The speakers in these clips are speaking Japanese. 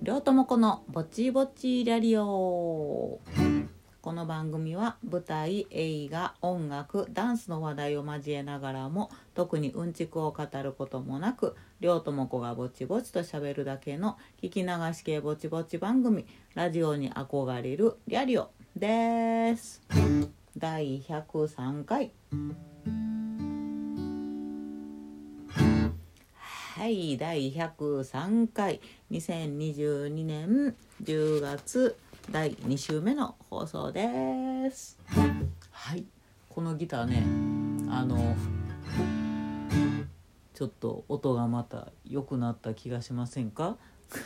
両友子のぼちぼちラリオ。この番組は舞台、映画、音楽、ダンスの話題を交えながらも特にうんちくを語ることもなく、両友子がぼちぼちと喋るだけの聞き流し系ぼちぼち番組、ラジオに憧れるリャリオです。第103回。はい、第103回2022年10月第2週目の放送です。はい、このギターね、ちょっと音がまた良くなった気がしませんか？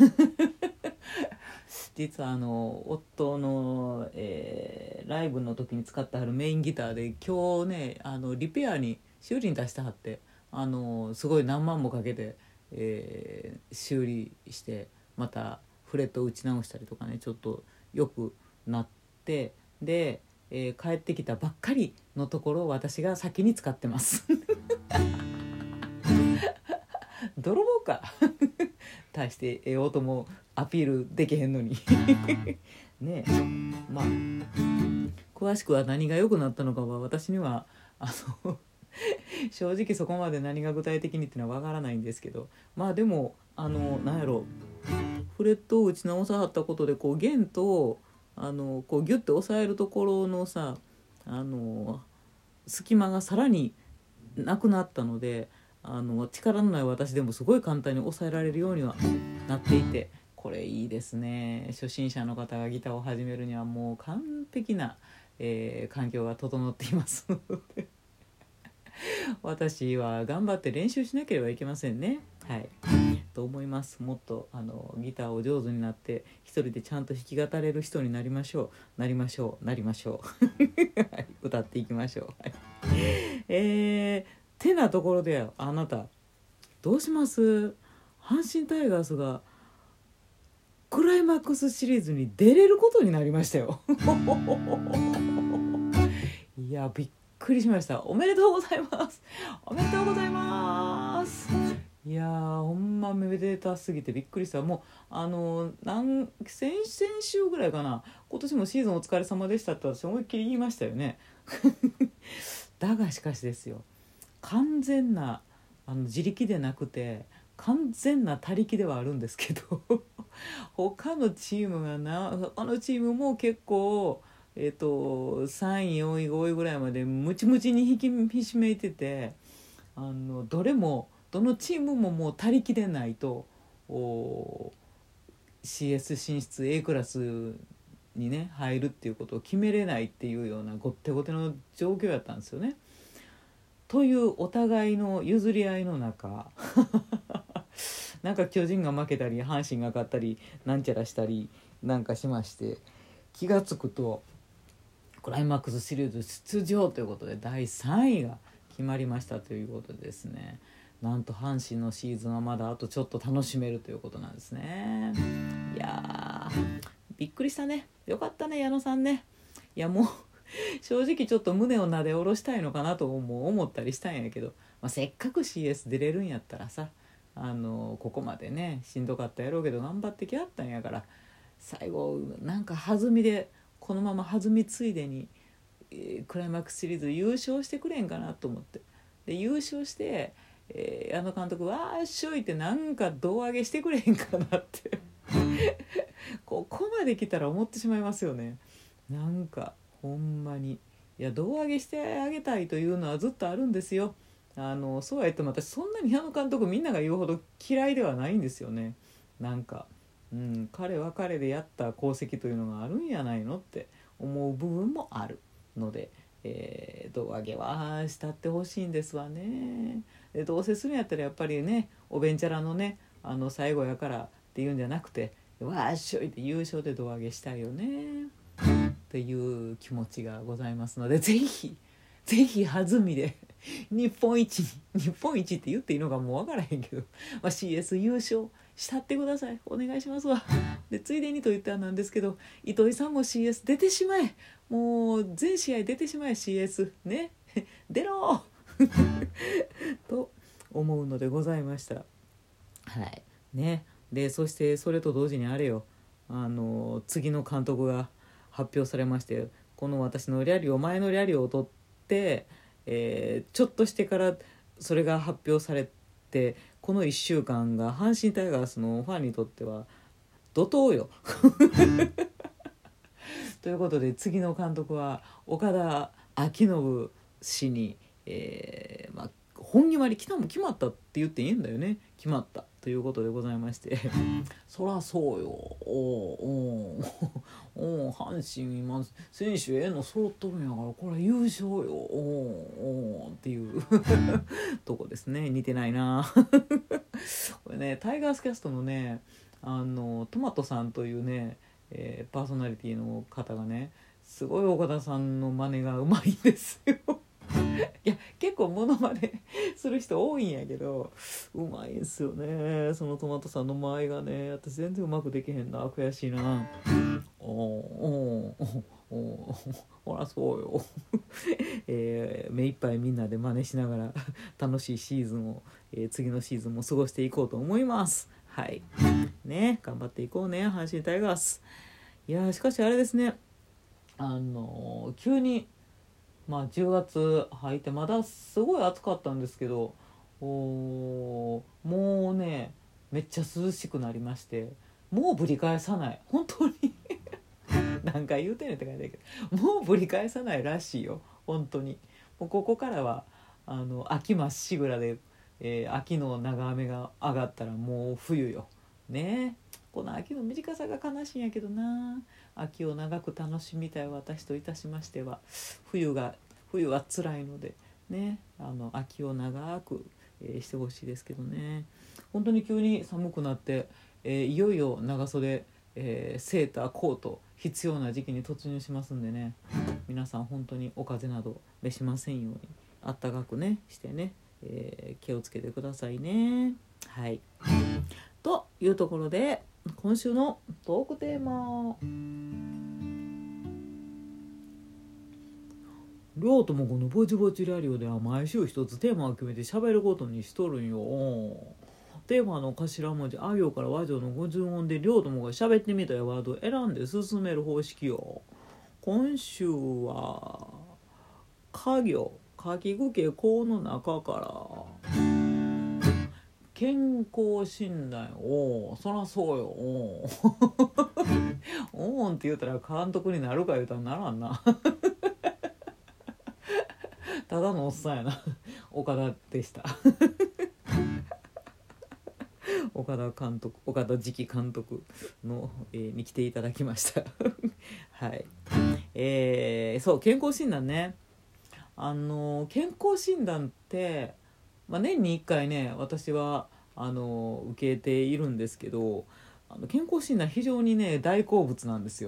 実は夫の、ライブの時に使ってはるメインギターで、今日ねリペアに修理に出してはって、すごい何万もかけて、修理してまたフレットを打ち直したりとかね、ちょっと良くなって、で、帰ってきたばっかりのところを私が先に使ってます泥棒か大して音もアピールできへんのにねえ、まあ詳しくは何が良くなったのかは私には正直そこまで何が具体的にっていうのは分からないんですけど、まあでもなんやろ、フレットを打ち直さはったことでこう弦とこうギュッて押さえるところのさ隙間がさらになくなったので、力のない私でもすごい簡単に押さえられるようにはなっていて、これいいですね。初心者の方がギターを始めるにはもう完璧な、環境が整っていますので私は頑張って練習しなければいけませんね。はいと思います。もっとギターを上手になって一人でちゃんと弾き語れる人になりましょうはい、歌っていきましょう。はいてなところで、あなたどうします？阪神タイガースがクライマックスシリーズに出れることになりましたよいやびっくりしました。おめでとうございます。おめでとうございます。いやほんまめでたすぎてびっくりした。もう先週ぐらいかな、今年もシーズンお疲れ様でしたって私思いっきり言いましたよねだがしかしですよ、完全な自力でなくて完全な他力ではあるんですけど他のチームも結構3位4位5位ぐらいまでムチムチに引き締めてて、どのチームももう他力でないとCS 進出 A クラスにね入るっていうことを決めれないっていうようなごってごての状況やったんですよね。というお互いの譲り合いの中なんか巨人が負けたり阪神が勝ったりなんちゃらしたりなんかしまして、気がつくとクライマックスシリーズ出場ということで第3位が決まりましたということでですね、なんと阪神のシーズンはまだあとちょっと楽しめるということなんですね。いやびっくりしたね。よかったね矢野さんね。いやもう正直ちょっと胸をなで下ろしたいのかなとも思ったりしたんやけど、せっかく CS 出れるんやったらさ、ここまでねしんどかったやろうけど頑張ってきはったんやから、最後なんか弾みでこのまま弾みついでに、クライマックスシリーズ優勝してくれんかなと思って、で優勝して、矢野監督わーっしょいってなんか胴上げしてくれへんかなってここまで来たら思ってしまいますよね。なんかほんまに、いや胴上げしてあげたいというのはずっとあるんですよ。そうは言っても私そんなに矢野監督みんなが言うほど嫌いではないんですよね。なんか、彼は彼でやった功績というのがあるんやないのって思う部分もあるので、胴上げはしたってほしいんですわね。でどうせするんやったらやっぱりね、おべんちゃらのね最後やからっていうんじゃなくて、わーっしょいって優勝で胴上げしたいよねっていう気持ちがございますので、ぜひ弾みで日本一って言っていいのかもう分からへんけど、CS 優勝したってください。お願いしますわ。でついでにと言ってはなんですけど、糸井さんも CS 出てしまえ。もう全試合出てしまえ CS ね出ろと思うのでございました。はいね。 でそしてそれと同時にあれよ、次の監督が発表されまして、この私の前のリャリを取って、ちょっとしてからそれが発表されて、この1週間が阪神タイガースのファンにとっては怒涛よということで、次の監督は岡田彰信氏に、本決まり、昨日も決まったって言っていいんだよね。決まったということでございましてそらそうよ、阪神今選手の揃っとるんやから、これ優勝よっていうとこですね。似てないなこれね、タイガースキャストのね、トマトさんというね、パーソナリティの方がね、すごい岡田さんの真似がうまいんですよいや結構モノマネする人多いんやけど、うまいんすよね。そのトマトさんの間合いがね、私全然うまくできへんな、悔しいな。ほらそうよ目いっぱいみんなで真似しながら楽しいシーズンを、次のシーズンも過ごしていこうと思います。はいね、頑張っていこうね、阪神タイガース。いやしかしあれですね、急に10月入ってまだすごい暑かったんですけど、もうねめっちゃ涼しくなりまして、もうぶり返さない、本当に何回言うてんねんって感じだけど、もうぶり返さないらしいよ本当に。もうここからは秋まっしぐらで、秋の長雨が上がったらもう冬よね。この秋の短さが悲しいんやけどな。秋を長く楽しみたい私といたしましては、冬は辛いのでね、秋を長く、してほしいですけどね。本当に急に寒くなって、いよいよ長袖、セーターコート必要な時期に突入しますんでね、皆さん本当にお風邪など召しませんようにあったかくねしてね、気をつけてくださいね。はいというところで、今週のトークテーマ、りょうともこのぼちぼちラリオでは毎週一つテーマを決めて喋ることにしとるんよ。テーマの頭文字あ行から和行の50音でりょうともが喋ってみたいワードを選んで進める方式よ。今週は家行、かきぐけこの中から健康診断。そらそうよ。おんって言ったら監督になるか言うたらならんなただのおっさんやな岡田でした岡田次期監督の、に来ていただきましたはい、そう健康診断ね。健康診断って、年に1回ね私は受けているんですけど、健康診断非常にね大好物なんですよ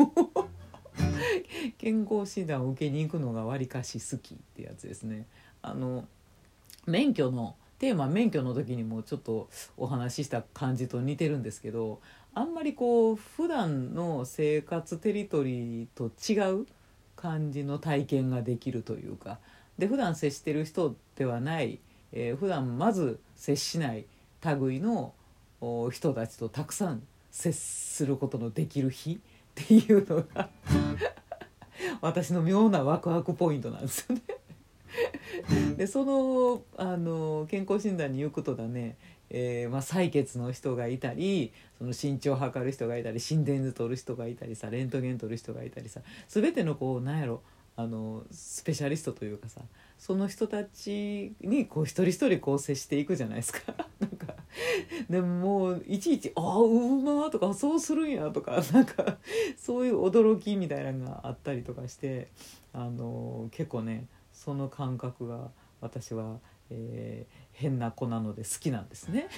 健康診断を受けに行くのがわりかし好きってやつですね。免許の時にもちょっとお話しした感じと似てるんですけど、あんまりこう普段の生活テリトリーと違う感じの体験ができるというか、で普段接してる人ではない、普段まず接しない類の人たちとたくさん接することのできる日っていうのが私の妙なワクワクポイントなんですよねでその、健康診断に行くとだね、採血の人がいたり、その身長を測る人がいたり、心電図取る人がいたりさ、レントゲン取る人がいたりさ、全てのこうなんやろ、スペシャリストというかさ、その人たちにこう一人一人こう接していくじゃないですかなんかでももういちいち「ああうま」とか「そうするんや」とかなんかそういう驚きみたいなのがあったりとかして、結構ねその感覚が私は、変な子なので好きなんですね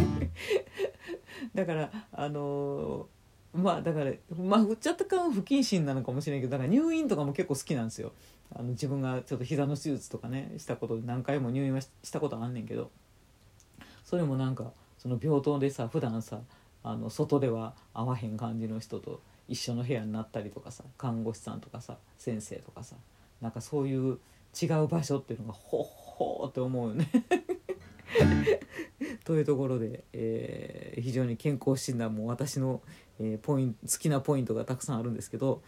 だからだからちょっと不謹慎なのかもしれないけど、だから入院とかも結構好きなんですよ。自分がちょっと膝の手術とかねしたことで何回も入院はしたことあんねんけど、それもなんかその病棟でさ普段さ外では会わへん感じの人と一緒の部屋になったりとかさ、看護師さんとかさ先生とかさ、なんかそういう違う場所っていうのがほっほーって思うよねというところで、非常に健康診断も私の、好きなポイントがたくさんあるんですけど、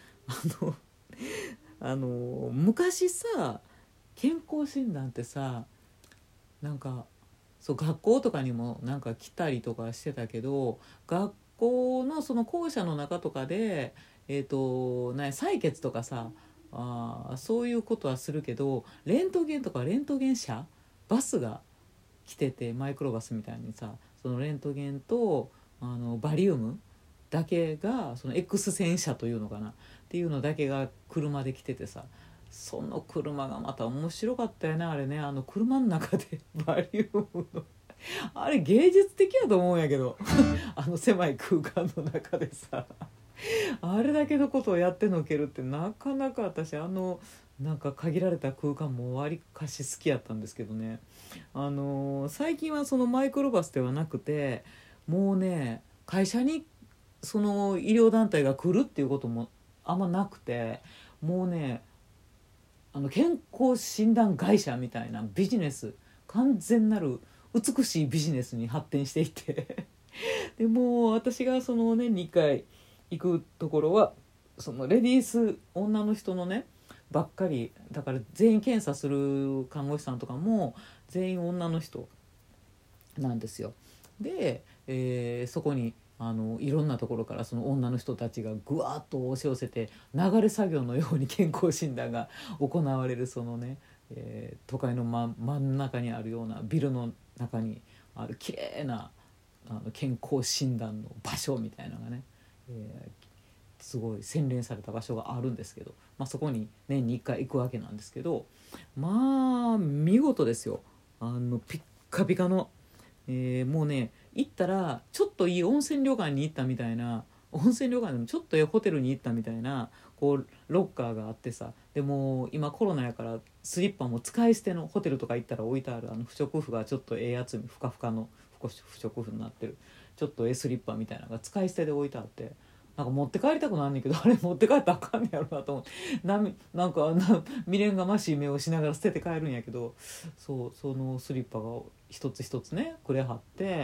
昔さ健康診断ってさ、なんかそう学校とかにもなんか来たりとかしてたけど、学校のその校舎の中とかで採血とかさ、そういうことはするけど、レントゲンとかレントゲン車バスが来てて、マイクロバスみたいにさ、そのレントゲンとバリウムだけが、その X 線車というのかなっていうのだけが車で来ててさ、その車がまた面白かったよね、あれね。車の中でバリウムのあれ芸術的やと思うんやけど狭い空間の中でさあれだけのことをやってのけるってなかなか、私なんか限られた空間もわりかし好きやったんですけどね。最近はそのマイクロバスではなくて、もうね会社にその医療団体が来るっていうこともあんまなくて、もうね健康診断会社みたいなビジネス、完全なる美しいビジネスに発展していてでもう私がその年に1回行くところは、そのレディース女の人のねばっかりだから、全員検査する看護師さんとかも全員女の人なんですよ。で、そこにいろんなところからその女の人たちがぐわっと押し寄せて、流れ作業のように健康診断が行われる、そのね、都会の、真ん中にあるようなビルの中にある綺麗な健康診断の場所みたいなのがね、すごい洗練された場所があるんですけど、そこに年に1回行くわけなんですけど、見事ですよ。ピッカピカの、もうね行ったらちょっといい温泉旅館に行ったみたいな、温泉旅館でもちょっとホテルに行ったみたいな、こうロッカーがあってさ、でも今コロナやからスリッパも使い捨ての、ホテルとか行ったら置いてある不織布がちょっとやつ、ふかふかの不織布になってるちょっとスリッパみたいなのが使い捨てで置いてあって、なんか持って帰りたくなんねんけど、あれ持って帰ったらあかんねやろなと思って、なんか未練がましい目をしながら捨てて帰るんやけど、そのスリッパが一つ一つねくれはって、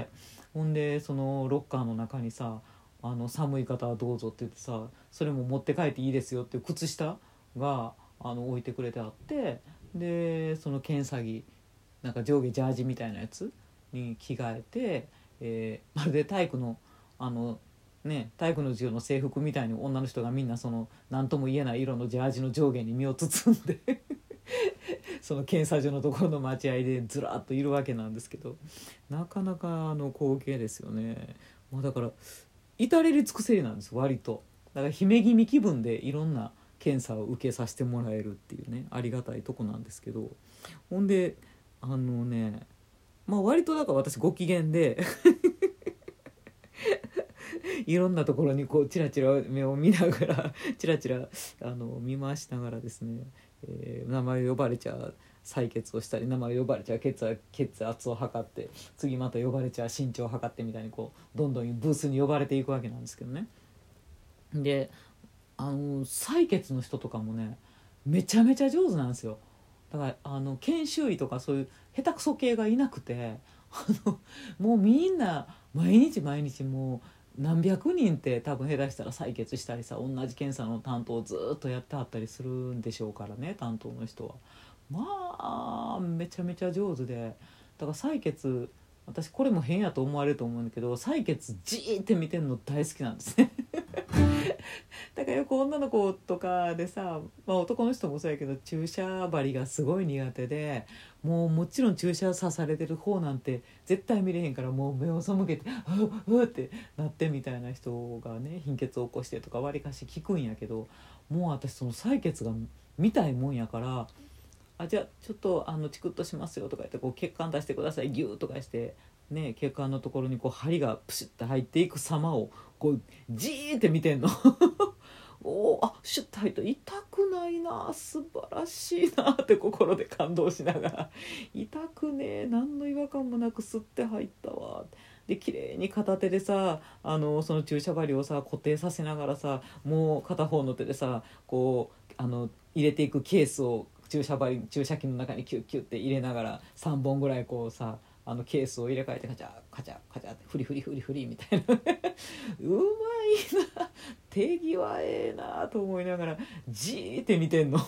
ほんでそのロッカーの中にさ、寒い方はどうぞって言ってさ、それも持って帰っていいですよっていう靴下が置いてくれてあって、でその検査着、なんか上下ジャージみたいなやつに着替えて、まるで体育の体育の授業の制服みたいに、女の人がみんなその何とも言えない色のジャージの上下に身を包んでその検査所のところの待合でずらっといるわけなんですけど、なかなか光景ですよね。だから至れり尽くせりなんです、割と。だから姫君気分でいろんな検査を受けさせてもらえるっていうね、ありがたいとこなんですけど、ほんで割とだから私ご機嫌でいろんなところにこうチラチラ目を見ながらチラチラ見回しながらですね、名前呼ばれちゃう採血をしたり、名前呼ばれちゃう血圧を測って、次また呼ばれちゃう身長を測ってみたいに、こうどんどんブースに呼ばれていくわけなんですけどね。で採血の人とかもねめちゃめちゃ上手なんですよ。だから研修医とかそういう下手くそ系がいなくて、もうみんな毎日毎日もう何百人って多分下手したら採血したりさ、同じ検査の担当をずっとやってはったりするんでしょうからね、担当の人は。めちゃめちゃ上手で、だから採血、私これも変やと思われると思うんだけど、採血じーって見てるの大好きなんですねだからよく女の子とかでさ、男の人もそうやけど注射針がすごい苦手で、もちろん注射刺されてる方なんて絶対見れへんから、もう目を背けてうってなってみたいな人がね、貧血を起こしてとかわりかし聞くんやけど、もう私その採血が見たいもんやから、じゃあちょっとチクッとしますよとか言って、こう血管出してくださいギューとかしてね、血管のところにこう針がプシュッて入っていく様をこうじーって見てんのシュッと入った、痛くないな、素晴らしいなって心で感動しながら、痛くねえ、何の違和感もなく吸って入ったわで、綺麗に片手でさその注射針をさ固定させながらさ、もう片方の手でさこう入れていくケースを注射器の中にキュッキュッて入れながら3本ぐらいこうさケースを入れ替えてカチャカチャカチャってフリフリフリフリみたいなうまいな、手際ええなと思いながらじーって見てんの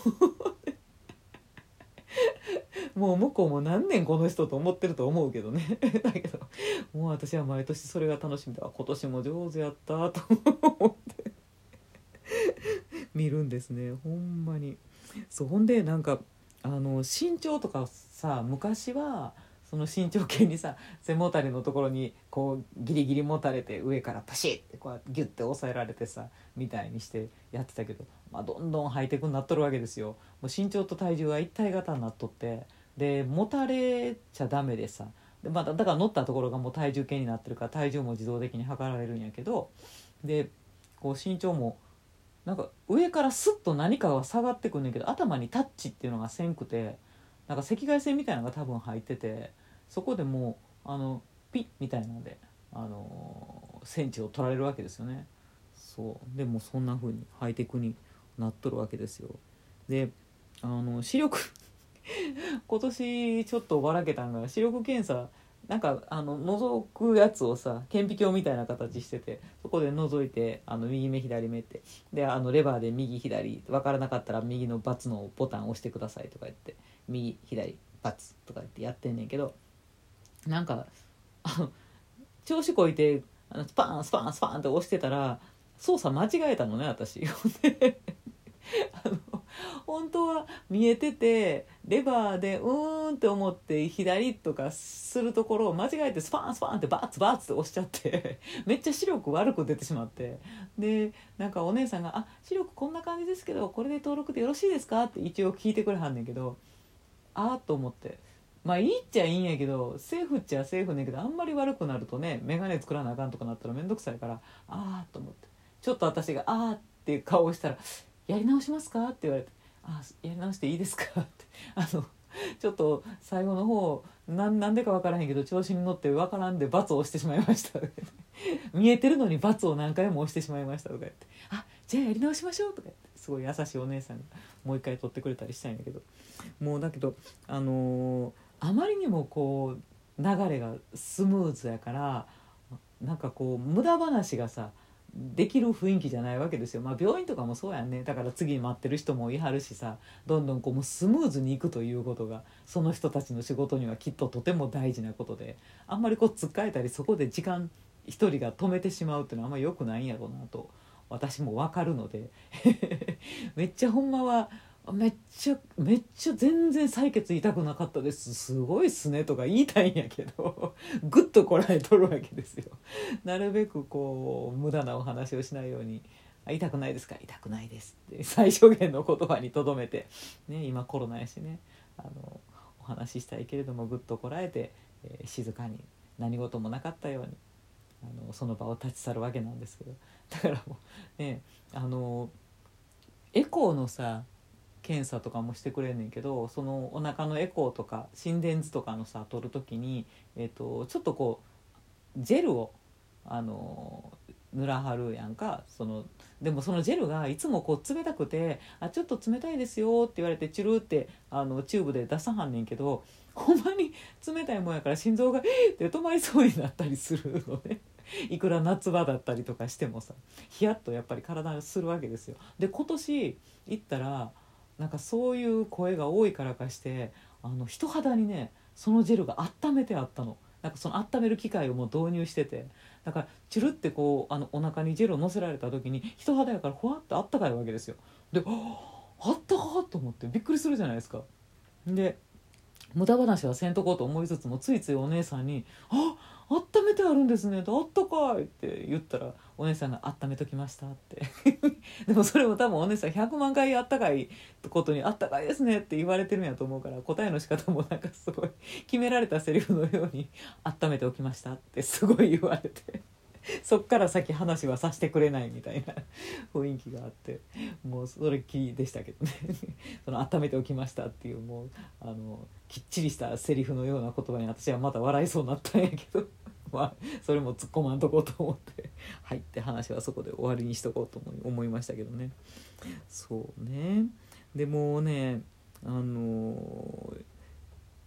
もう向こうも何年この人と思ってると思うけどねだけどもう私は毎年それが楽しみで、今年も上手やったと思って見るんですね、ほんまに。そう、ほんでなんか身長とかさ、昔はその身長計にさ、背もたれのところにこうギリギリ持たれて上からパシッってこうギュッて押さえられてさみたいにしてやってたけど、まあ、どんどんハイテクになっとるわけですよ。もう身長と体重は一体型になっとって、で持たれちゃダメでさ、で、まあ、だから乗ったところがもう体重計になってるから体重も自動的に測られるんやけど、でこう身長もなんか上からスッと何かが下がってくんねんけど、頭にタッチっていうのがせんくて、なんか赤外線みたいなのが多分入ってて、そこでもうピッみたいなのでセンチを取られるわけですよね。そうでもそんな風にハイテクになっとるわけですよ。で視力今年ちょっとばらけたんが、視力検査なんか覗くやつをさ、顕微鏡みたいな形してて、そこで覗いて右目左目ってでレバーで右左分からなかったら右の×のボタンを押してくださいとか言って、右左×とか言ってやってんねんけど、なんか調子こいてスパンスパンスパンって押してたら操作間違えたのね私あの本当は見えててレバーでって思って左とかするところを間違えてスパンスパンってバツバツって押しちゃってめっちゃ視力悪く出てしまって、でなんかお姉さんが視力こんな感じですけどこれで登録でよろしいですかって一応聞いてくれはんねんけど、と思って、まあいいっちゃいいんやけどセーフっちゃセーフねんけど、あんまり悪くなるとねメガネ作らなあかんとかなったらめんどくさいから、と思って、ちょっと私がっていう顔をしたらやり直しますかって言われて、やり直していいですかってちょっと最後の方なんでか分からへんけど調子に乗って分からんで罰を押してしまいました見えてるのに罰を何回も押してしまいましたとか言って、じゃあやり直しましょうとか言って、すごい優しいお姉さんがもう一回取ってくれたりしたんやけど、もうだけどあまりにもこう流れがスムーズやから、なんかこう無駄話がさできる雰囲気じゃないわけですよ。まあ病院とかもそうやんね。だから次待ってる人もいはるしさ、どんどんこうもうスムーズにいくということがその人たちの仕事にはきっととても大事なことで、あんまりこうつっかえたりそこで時間一人が止めてしまうっていうのはあんまり良くないんやろうなと私も分かるのでめっちゃほんまはめっちゃ全然採血痛くなかったですすごいっすねとか言いたいんやけどぐっとこらえとるわけですよ。なるべくこう無駄なお話をしないように、痛くないですか、痛くないですって最小限の言葉にとどめて、ね、今コロナやしね、お話ししたいけれどもぐっとこらえて、静かに何事もなかったようにその場を立ち去るわけなんですけど、だからもうねエコーのさ検査とかもしてくれんねんけど、そのお腹のエコーとか心電図とかのさ取るときに、ちょっとこうジェルを塗らはるやんか。でもそのジェルがいつもこう冷たくてちょっと冷たいですよって言われてチュルってチューブで出さはんねんけど、ほんまに冷たいもんやから心臓がって止まりそうになったりするのねいくら夏場だったりとかしてもさ、ヒヤッとやっぱり体がするわけですよ。で今年行ったらなんかそういう声が多いからかして人肌にねそのジェルが温めてあったの。なんかその温める機械をもう導入してて、だからチュルってこうお腹にジェルを乗せられた時に人肌やからほわってあったかいわけですよ。であったかと思ってびっくりするじゃないですか。で無駄話はせんとこうと思いつつもついついお姉さんに温めてあるんですねあったかいって言ったらお姉さんが温めときましたってでもそれも多分お姉さん100万回あったかいことにあったかいですねって言われてるんやと思うから、答えの仕方もなんかすごい決められたセリフのように温めておきましたってすごい言われてそっから先話はさせてくれないみたいな雰囲気があって、もうそれっきりでしたけどねその温めておきましたっていうもうきっちりしたセリフのような言葉に私はまた笑いそうになったんやけどまあそれも突っ込まんとこうと思ってはいって話はそこで終わりにしとこうと思いましたけどね。そうね。でもね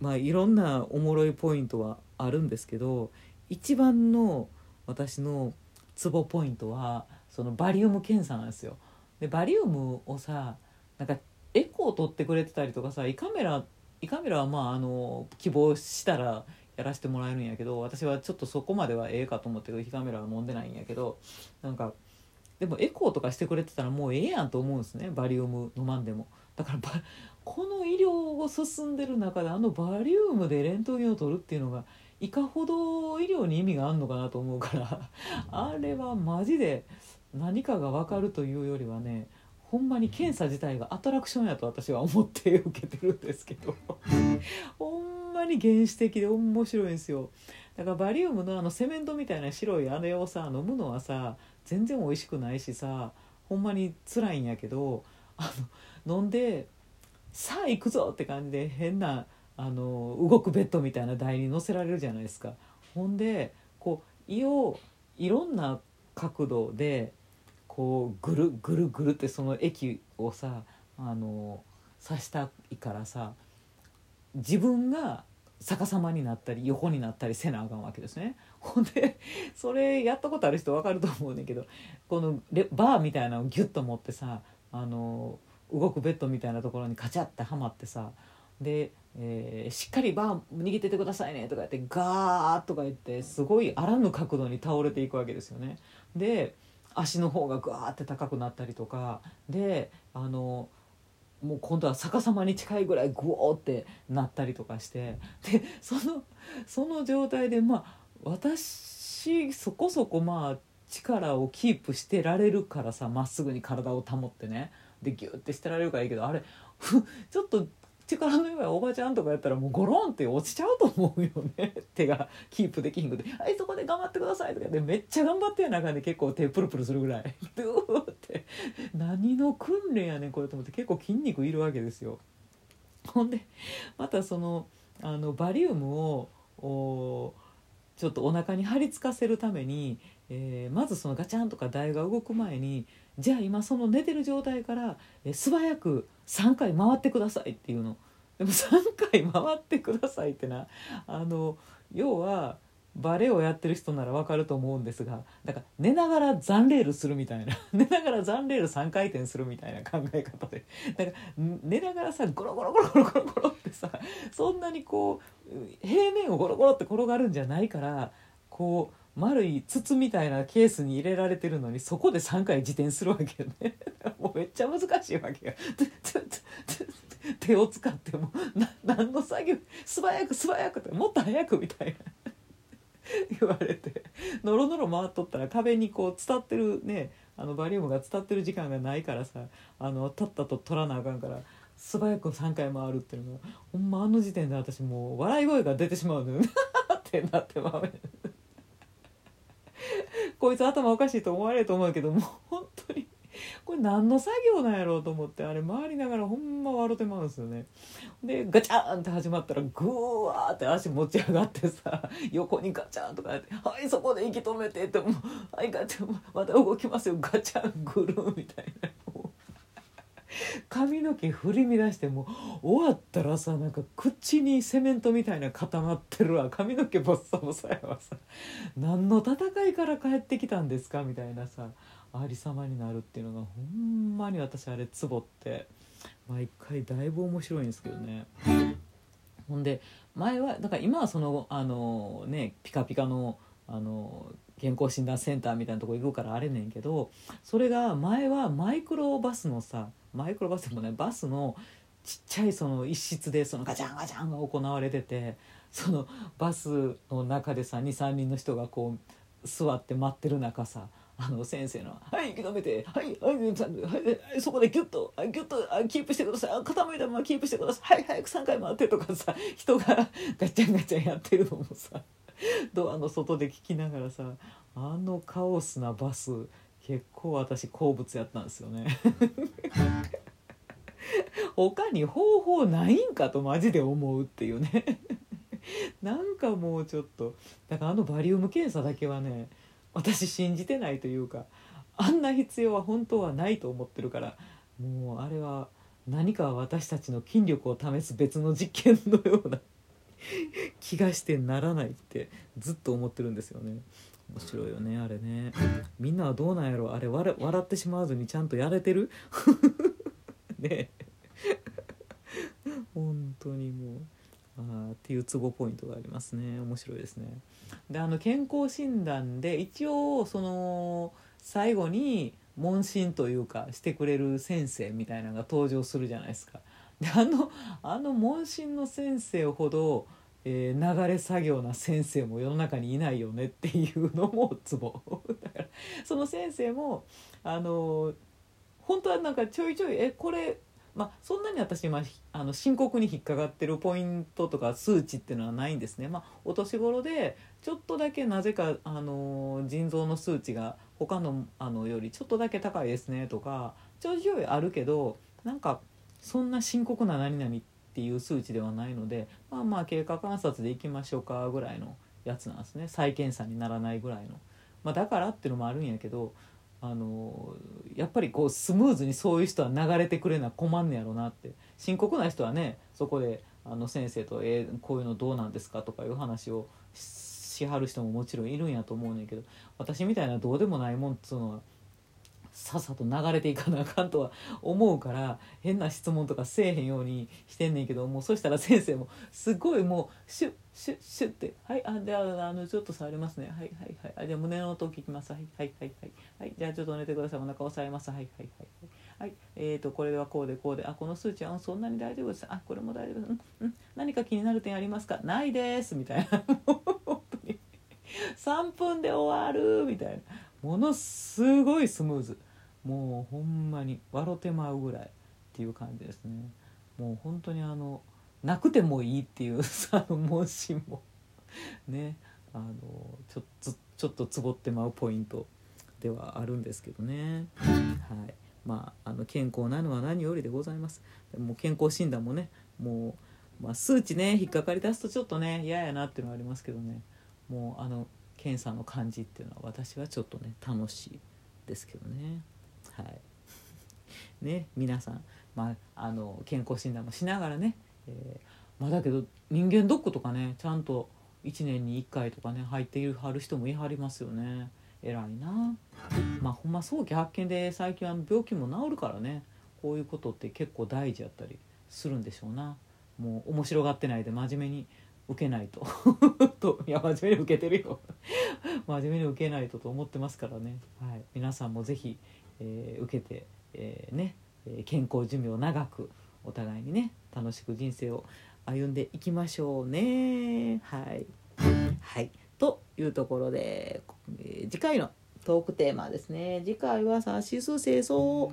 いろんなおもろいポイントはあるんですけど、一番の私のツボポイントはそのバリウム検査なんですよ。でバリウムをさ、なんかエコーを取ってくれてたりとかさ、胃カメラは希望したらやらせてもらえるんやけど、私はちょっとそこまではええかと思って胃カメラは飲んでないんやけど、なんかでもエコーとかしてくれてたらもうええやんと思うんですね、バリウム飲まんでも。だからこの医療を進んでる中でバリウムでレントゲンを取るっていうのがいかほど医療に意味があるのかなと思うからあれはマジで何かが分かるというよりはね、ほんまに検査自体がアトラクションやと私は思って受けてるんですけどほんまに原始的で面白いんですよ。だからバリウムのセメントみたいな白いあれをさ飲むのはさ全然美味しくないしさ、ほんまに辛いんやけど、飲んでさあ行くぞって感じで変な動くベッドみたいな台に乗せられるじゃないですか。ほんでこう胃をいろんな角度でこうぐるぐるぐるってその液をさ刺したいからさ、自分が逆さまになったり横になったりせなあかんわけですね。ほんでそれやったことある人分かると思うねんけど、このバーみたいなのをギュッと持ってさ動くベッドみたいなところにカチャッてはまってさ、で、しっかりバー握っててくださいねとか言ってガーッとか言ってすごいあらぬ角度に倒れていくわけですよね。で足の方がガーッて高くなったりとかでもう今度は逆さまに近いぐらいグオーってなったりとかして、でその状態で私そこそこ力をキープしてられるからさ、まっすぐに体を保ってね、でギュッてしてられるからいいけど、あれちょっと力の弱いおばちゃんとかやったらもうゴロンって落ちちゃうと思うよね手がキープできひんくて、はいそこで頑張ってくださいとかでめっちゃ頑張ってやなあかんで、結構手プルプルするぐらいでうーって何の訓練やねんこれと思って、結構筋肉いるわけですよ。ほんでまたバリウムをちょっとお腹に張り付かせるために、まずそのガチャンとか台が動く前に、じゃあ今その寝てる状態から、素早く3回回ってくださいっていうの。でも3回回ってくださいってな、要はバレエをやってる人なら分かると思うんですが、だから寝ながら残レールするみたいな寝ながら残レール3回転するみたいな考え方で、だから寝ながらさゴロゴロゴロゴロゴロゴロってさ、そんなにこう平面をゴロゴロって転がるんじゃないから、こう丸い筒みたいなケースに入れられてるのにそこで3回自転するわけよねもうめっちゃ難しいわけよ手を使っても何の作業、素早く素早くってもっと早くみたいな言われて、ノロノロ回っとったら壁にこう伝ってるね、バリウムが伝ってる時間がないからさ、たったと取らなあかんから素早く3回回るっていうのがほんま時点で私もう笑い声が出てしまうのよってなってまうこいつ頭おかしいと思われると思うけども、本当にこれ何の作業なんやろうと思って、あれ回りながらほんま笑ってまうんですよね。でガチャーンって始まったらグワーって足持ち上がってさ、横にガチャンとかやって「はいそこで息止めて」ってもう「はいガチャンまた動きますよガチャングルー」みたいな、髪の毛振り乱して、もう終わったらさ、なんか口にセメントみたいな固まってるわ、髪の毛ボッサボサやわさ、何の戦いから帰ってきたんですかみたいなさありさまになるっていうのがほんまに私あれツボって毎回だいぶ面白いんですけどね。ほんで前はだから今はピカピカの健康診断センターみたいなとこ行くからあれねんけど、それが前はマイクロバスもね、バスのちっちゃいその一室でそのガチャンガチャンが行われてて、そのバスの中でさ 2,3 人の人がこう座って待ってる中さ、先生の「はい息止めてはいはい、はい、そこでギュッとギュッとキープしてください、傾いたままキープしてください、はい早く3回回って」とかさ、人がガチャンガチャンやってるのもさドアの外で聞きながらさ、カオスなバス結構私好物やったんですよね他に方法ないんかとマジで思うっていうねなんかもうちょっとだからバリウム検査だけはね私信じてないというか、あんな必要は本当はないと思ってるから、もうあれは何か私たちの筋力を試す別の実験のような気がしてならないってずっと思ってるんですよね。面白いよねあれね。みんなはどうなんやろあれ、笑ってしまわずにちゃんとやれてるね本当にもうっていうツボポイントがありますね。面白いですね。で健康診断で一応その最後に問診というかしてくれる先生みたいなのが登場するじゃないですか。で問診の先生ほど、流れ作業な先生も世の中にいないよねっていうのもツボだからその先生も本当はなんかちょいちょいこれそんなに私今深刻に引っかかってるポイントとか数値っていうのはないんですね。お年頃でちょっとだけなぜか腎臓の数値が他のよりちょっとだけ高いですねとかちょいちょいあるけど、なんかそんな深刻な何々っていう数値ではないので、経過観察でいきましょうかぐらいのやつなんですね。再検査にならないぐらいの、だからっていうのもあるんやけど、やっぱりこうスムーズにそういう人は流れてくれな困んねやろなって。深刻な人はねそこで先生とこういうのどうなんですかとかいう話をしはる人ももちろんいるんやと思うねんけど、私みたいなどうでもないもんっつうのはさっさと流れていかなあかんとは思うから、変な質問とかせえへんようにしてんねんけど、もうそしたら先生もすごいもうシュッシュッシュッってはいじゃあちょっと触りますねはいはいはいじゃあ胸の音聞きますはいはいはいはいはいじゃあちょっと寝てくださいお腹押さえますはいはいはいはいこれはこうでこうでこの数値はそんなに大丈夫ですこれも大丈夫です何か気になる点ありますかないですみたいなもう本当に3分で終わるみたいなものすごいスムーズ、もうほんまに笑ってまうぐらいっていう感じですね。もう本当になくてもいいっていう問診もねちょっとつぼってまうポイントではあるんですけどね。はい、健康なのは何よりでございます。もう健康診断もねもう、数値ね引っかかり出すとちょっとね嫌やなっていうのはありますけどね、もう検査の感じっていうのは私はちょっとね楽しいですけどね。はいね、皆さん、健康診断もしながらね、だけど人間ドックとかねちゃんと1年に1回とかね入っているはる人もいはりますよね。偉いな。ほんま早期発見で最近は病気も治るからね、こういうことって結構大事やったりするんでしょうな。もう面白がってないで真面目に受けないといや真面目に受けてるよ真面目に受けないとと思ってますからね。はい、皆さんもぜひ、受けて、健康寿命長くお互いにね楽しく人生を歩んでいきましょうね。はいというところで、次回のトークテーマですね。次回はさしす清掃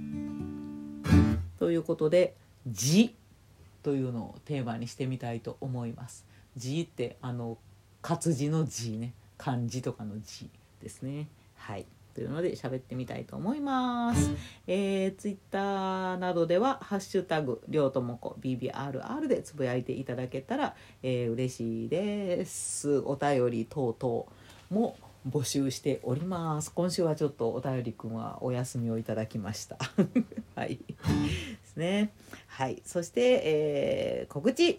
ということで字というのをテーマにしてみたいと思います。字って活字の字ね、漢字とかの字ですね。はいというので喋ってみたいと思います。ツイッターなどではハッシュタグりょうともこ BBRR でつぶやいていただけたら、嬉しいです。お便り等々も募集しております。今週はちょっとお便りくんはお休みをいただきましたはいですね。はい、そして、告知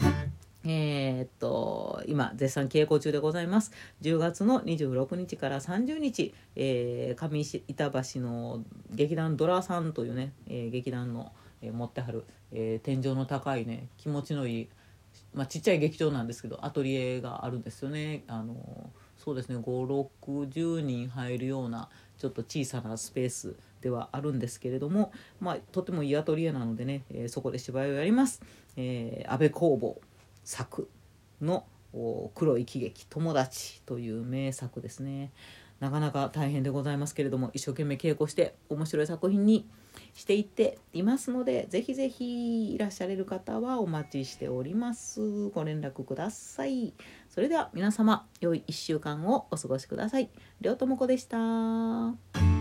今絶賛稽古中でございます。10月の26日から30日、上板橋の劇団ドラさんというね、劇団の、持ってはる、天井の高いね気持ちのいい、ちっちゃい劇場なんですけどアトリエがあるんですよね。そうですね5、60人入るようなちょっと小さなスペースではあるんですけれども、とてもいいアトリエなのでね、そこで芝居をやります。安部公房作の黒い喜劇友達という名作ですね。なかなか大変でございますけれども一生懸命稽古して面白い作品にしていっていますので、ぜひぜひいらっしゃれる方はお待ちしております。ご連絡ください。それでは皆様良い1週間をお過ごしください。りょうともこでした。